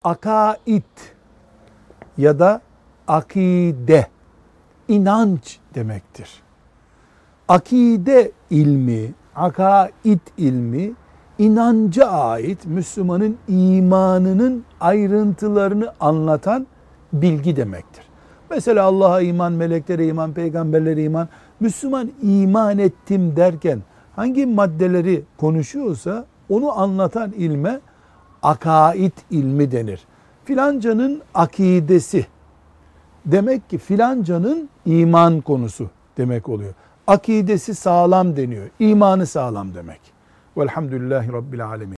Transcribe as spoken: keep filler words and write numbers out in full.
akaid ya da akide, inanç demektir. Akide ilmi, akaid ilmi, inanca ait Müslümanın imanının ayrıntılarını anlatan bilgi demektir. Mesela Allah'a iman, meleklere iman, peygamberlere iman. Müslüman iman ettim derken hangi maddeleri konuşuyorsa onu anlatan ilme akaid ilmi denir. Filancanın akidesi demek ki filancanın iman konusu demek oluyor. Akidesi sağlam deniyor. İmanı sağlam demek. Velhamdülillahi Rabbil alemin.